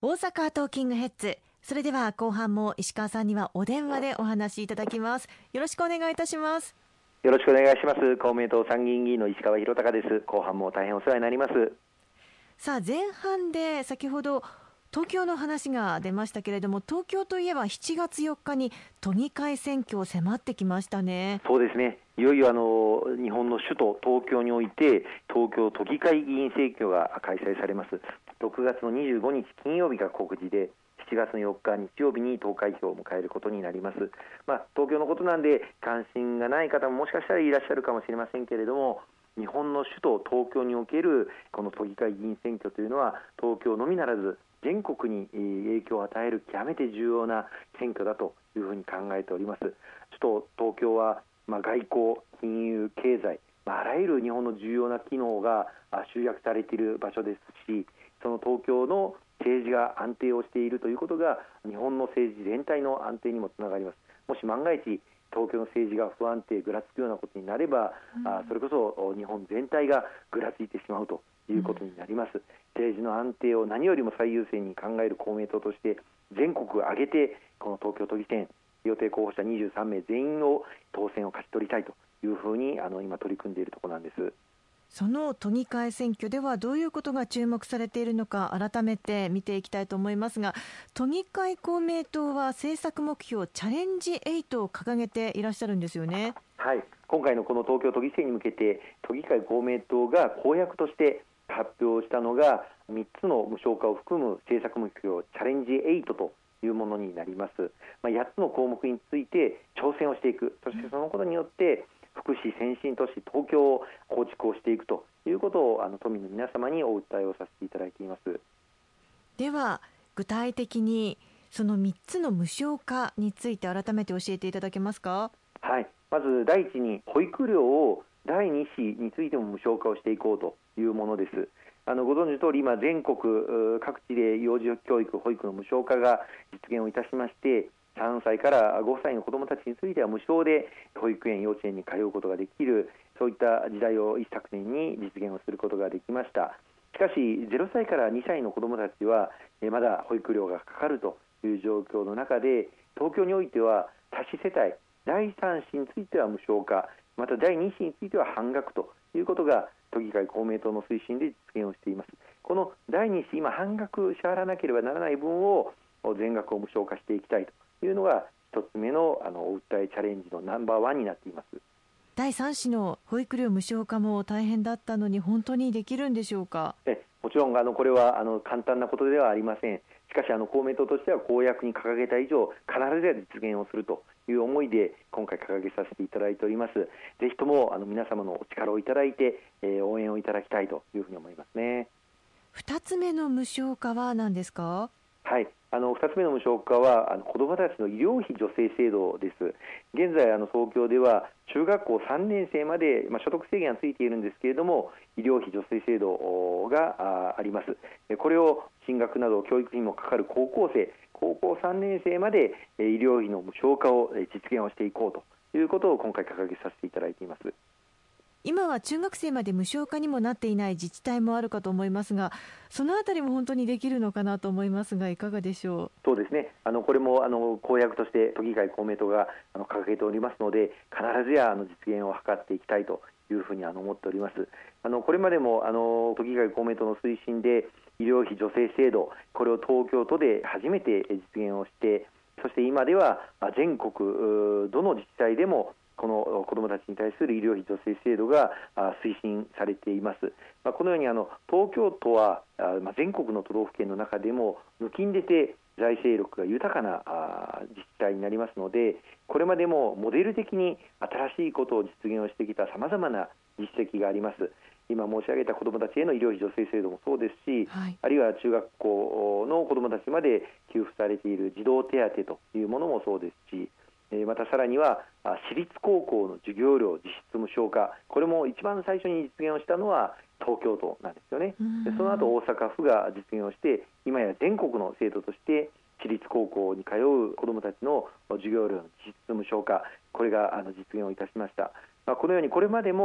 大阪トーキングヘッズ。それでは後半も石川さんにはお電話でお話しいただきます。よろしくお願いいたします。 よろしくお願いします。公明党参議院議員の石川博隆です。後半も大変お世話になります。 さあ、前半で先ほど東京の話が出ましたけれども、東京といえば7月4日に都議会選挙迫ってきましたね。 そうですね。いよいよ日本の首都東京において東京都議会議員選挙が開催されます。6月の25日金曜日が告示で、7月の4日日曜日に投開票を迎えることになります。東京のことなんで関心がない方ももしかしたらいらっしゃるかもしれませんけれども、日本の首都東京におけるこの都議会議員選挙というのは東京のみならず全国に影響を与える極めて重要な選挙だというふうに考えております。首都東京は外交、金融、経済、あらゆる日本の重要な機能が集約されている場所ですし、その東京の政治が安定をしているということが日本の政治全体の安定にもつながります。もし万が一東京の政治が不安定、ぐらつくようなことになれば、それこそ日本全体がぐらついてしまうということになります。政治の安定を何よりも最優先に考える公明党として、全国挙げてこの東京都議選予定候補者23名全員を当選を勝ち取りたいというふうに今取り組んでいるところなんです。 その都議会選挙ではどういうことが注目されているのか改めて見ていきたいと思いますが、都議会公明党は政策目標チャレンジ8を掲げていらっしゃるんですよね。 はい、今回のこの東京都議選に向けて都議会公明党が公約として発表したのが3つの無償化を含む政策目標チャレンジ8というものになります。8つの項目について挑戦をしていく、そしてそのことによって福祉先進都市東京を構築をしていくということを都民の皆様にお訴えをさせていただいています。 では具体的にその3つの無償化について改めて教えていただけますか。 はい、まず第一に保育料を第2子についても無償化をしていこうというものです。ご存知の通り今全国各地で幼児教育保育の無償化が実現をいたしまして、3歳から5歳の子どもたちについては無償で保育園幼稚園に通うことができる、そういった時代を一昨年に実現をすることができました。しかし0歳から2歳の子どもたちはまだ保育料がかかるという状況の中で、東京においては多子世帯第3子については無償化、また第2子については半額ということが都議会公明党の推進で実現をしています。この第2子今半額支払わなければならない分を全額を無償化していきたいというのが一つ目のお訴えチャレンジのナンバーワンになっています。 第3子の保育料無償化も大変だったのに本当にできるんでしょうか。 もちろんこれは簡単なことではありません。しかし公明党としては公約に掲げた以上必ず実現をするという思いで今回掲げさせていただいております。ぜひとも皆様のお力をいただいて、応援をいただきたいというふうに思いますね。 2つ目の無償化は何ですか。 はい、2つ目の無償化は子どもたちの医療費助成制度です。現在東京では中学校3年生まで、所得制限がついているんですけれども、医療費助成制度があります。これを進学など教育費もかかる高校3年生まで医療費の無償化を実現をしていこうということを今回掲げさせていただいています。 今は中学生まで無償化にもなっていない自治体もあるかと思いますが、そのあたりも本当にできるのかなと思いますがいかがでしょう。 そうですね、これも公約として都議会公明党が掲げておりますので、必ずや実現を図っていきたいというふうに思っております。これまでも都議会公明党の推進で医療費助成制度、これを東京都で初めて実現をして、そして今では全国どの自治体でもこの子どもたちに対する医療費助成制度が推進されています。このように東京都は全国の都道府県の中でも抜きんでて財政力が豊かな自治体になりますので、これまでもモデル的に新しいことを実現をしてきたさまざまな実績があります。今申し上げた子どもたちへの医療費助成制度もそうですし、あるいは中学校の子どもたちまで給付されている児童手当というものもそうですし、またさらには私立高校の授業料実質無償化、これも一番最初に実現をしたのは東京都なんですよね。でその後大阪府が実現をして、今や全国の制度として私立高校に通う子どもたちの授業料の実質無償化、これが実現をいたしました。このようにこれまでも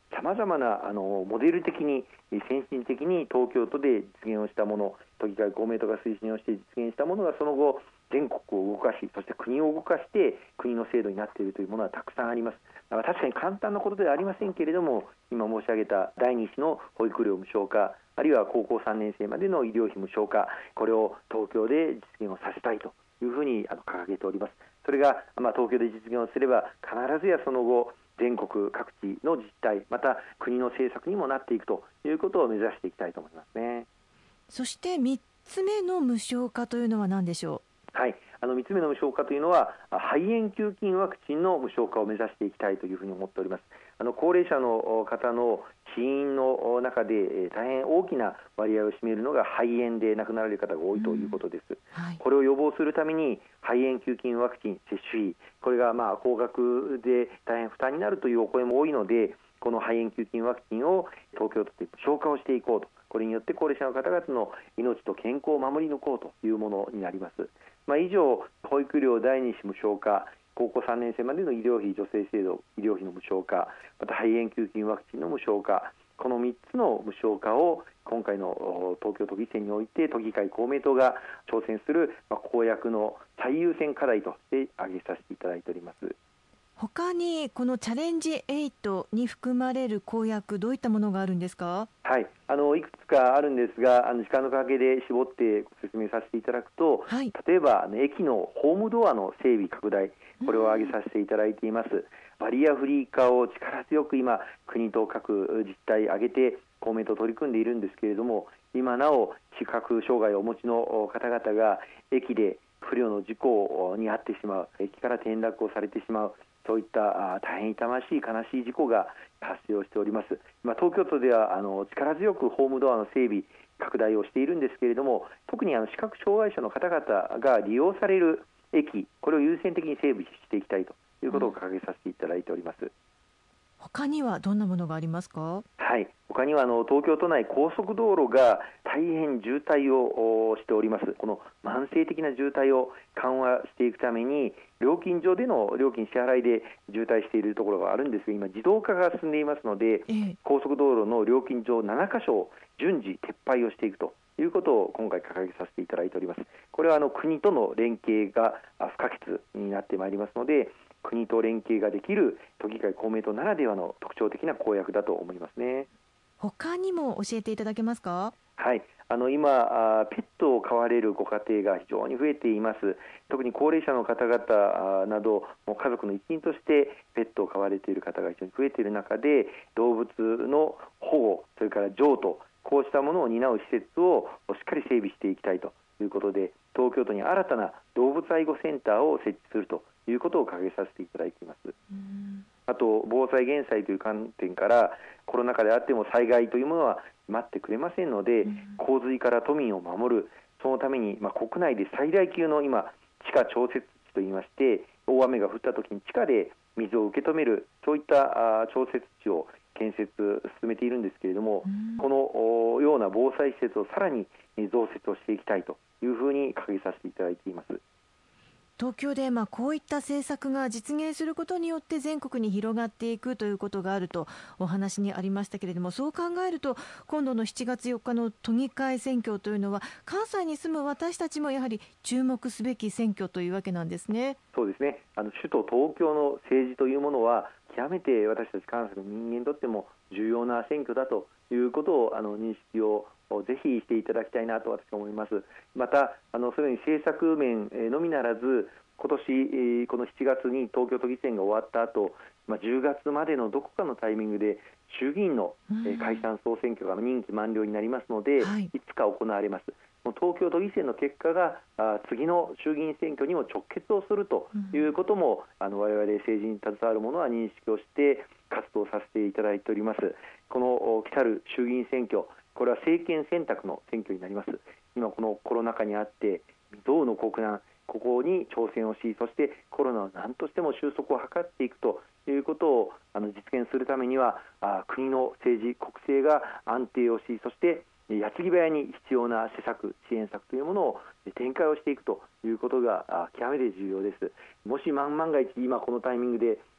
さまざまなモデル的に先進的に東京都で実現をしたもの、都議会公明党が推進をして実現したものがその後全国を動かし、そして国を動かして国の制度になっているというものはたくさんあります。だから確かに簡単なことではありませんけれども、今申し上げた第2子の保育料無償化、あるいは高校3年生までの医療費無償化、これを東京で実現をさせたいというふうに掲げております。それが、東京で実現をすれば必ずやその後全国各地の自治体、また国の政策にもなっていくということを目指していきたいと思いますね。 そして3つ目の無償化というのは何でしょう。 はい、3つ目の無償化というのは肺炎球菌ワクチンの無償化を目指していきたいというふうに思っております。高齢者の方の死因の中で大変大きな割合を占めるのが肺炎で亡くなられる方が多いということです、 はい、 これを予防するために肺炎球菌ワクチン接種費、これが高額で大変負担になるというお声も多いので、この肺炎球菌ワクチンを東京都で無償化をしていこうと、これによって高齢者の方々の命と健康を守り抜こうというものになります。以上、保育料第2子無償化、高校3年生までの医療費助成制度、医療費の無償化、また肺炎球菌ワクチンの無償化、この3つの無償化を今回の東京都議選において都議会公明党が挑戦する公約の最優先課題として挙げさせていただいております。 他にこのチャレンジ8に含まれる公約、どういったものがあるんですか。 はい、いくつかあるんですが、時間の関係で絞ってご説明させていただくと、 はい、 例えば駅のホームドアの整備拡大、これを挙げさせていただいています。バリアフリー化を力強く今国と各自治体挙げて公明党取り組んでいるんですけれども、今なお視覚障害をお持ちの方々が駅で不慮の事故に遭ってしまう、駅から転落をされてしまう、そういった大変痛ましい悲しい事故が発生をしております。東京都では力強くホームドアの整備拡大をしているんですけれども、特に視覚障害者の方々が利用される駅、これを優先的に整備していきたいということを掲げさせていただいております。 他にはどんなものがありますか。 はい、他には東京都内高速道路が大変渋滞をしております。この慢性的な渋滞を緩和していくために料金所での料金支払いで渋滞しているところがあるんですが、今自動化が進んでいますので、高速道路の料金所7カ所を順次撤廃をしていくということを今回掲げさせていただいております。これは国との連携が不可欠になってまいりますので、国と連携ができる都議会公明党ならではの特徴的な公約だと思いますね。 他にも教えていただけますか。 はい、今ペットを飼われるご家庭が非常に増えています。特に高齢者の方々など家族の一員としてペットを飼われている方が非常に増えている中で、動物の保護、それから譲渡、こうしたものを担う施設をしっかり整備していきたいということで、東京都に新たな動物愛護センターを設置するということを掲げさせていただいています。あと防災減災という観点から、コロナ禍であっても災害というものは待ってくれませんので、洪水から都民を守る、そのために、国内で最大級の今地下調節池といいまして、大雨が降った時に地下で水を受け止める、そういった調節池を建設進めているんですけれども、このような防災施設をさらに増設をしていきたいというふうに掲げさせていただいています。 東京でこういった政策が実現することによって全国に広がっていくということがあるとお話にありましたけれども、そう考えると今度の7月4日の都議会選挙というのは関西に住む私たちもやはり注目すべき選挙というわけなんですね。 そうですね、首都東京の政治というものは極めて私たち関西の人間にとっても重要な選挙だということを認識をぜひしていただきたいなと私は思います。またそのように政策面のみならず、今年この7月に東京都議選が終わった後、10月までのどこかのタイミングで衆議院の解散総選挙が任期満了になりますので、いつか行われます。東京都議選の結果が次の衆議院選挙にも直結をするということも、我々政治に携わる者は認識をして活動させていただいております。この来たる衆議院選挙、これは政権選択の選挙になります。今このコロナ禍にあって未曾有の国難、ここに挑戦をし、そしてコロナを何としても収束を図っていくということを実現するためには、国の政治国政が安定をし、そして矢継ぎ早に必要な施策支援策というものを展開をしていくということが極めて重要です。もし万が一今このタイミングで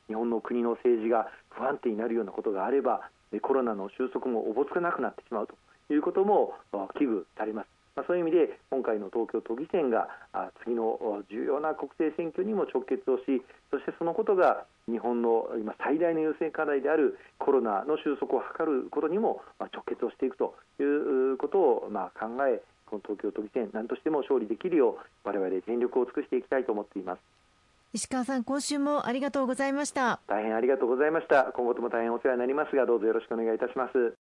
日本の国の政治が不安定になるようなことがあれば、コロナの収束もおぼつかなくなってしまうということも危惧されます。そういう意味で今回の東京都議選が次の重要な国政選挙にも直結をし、そしてそのことが日本の今最大の優先課題であるコロナの収束を図ることにも直結をしていくということを考え、この東京都議選何としても勝利できるよう我々全力を尽くしていきたいと思っています。 石川さん、今週もありがとうございました。 大変ありがとうございました。今後とも大変お世話になりますが、どうぞよろしくお願いいたします。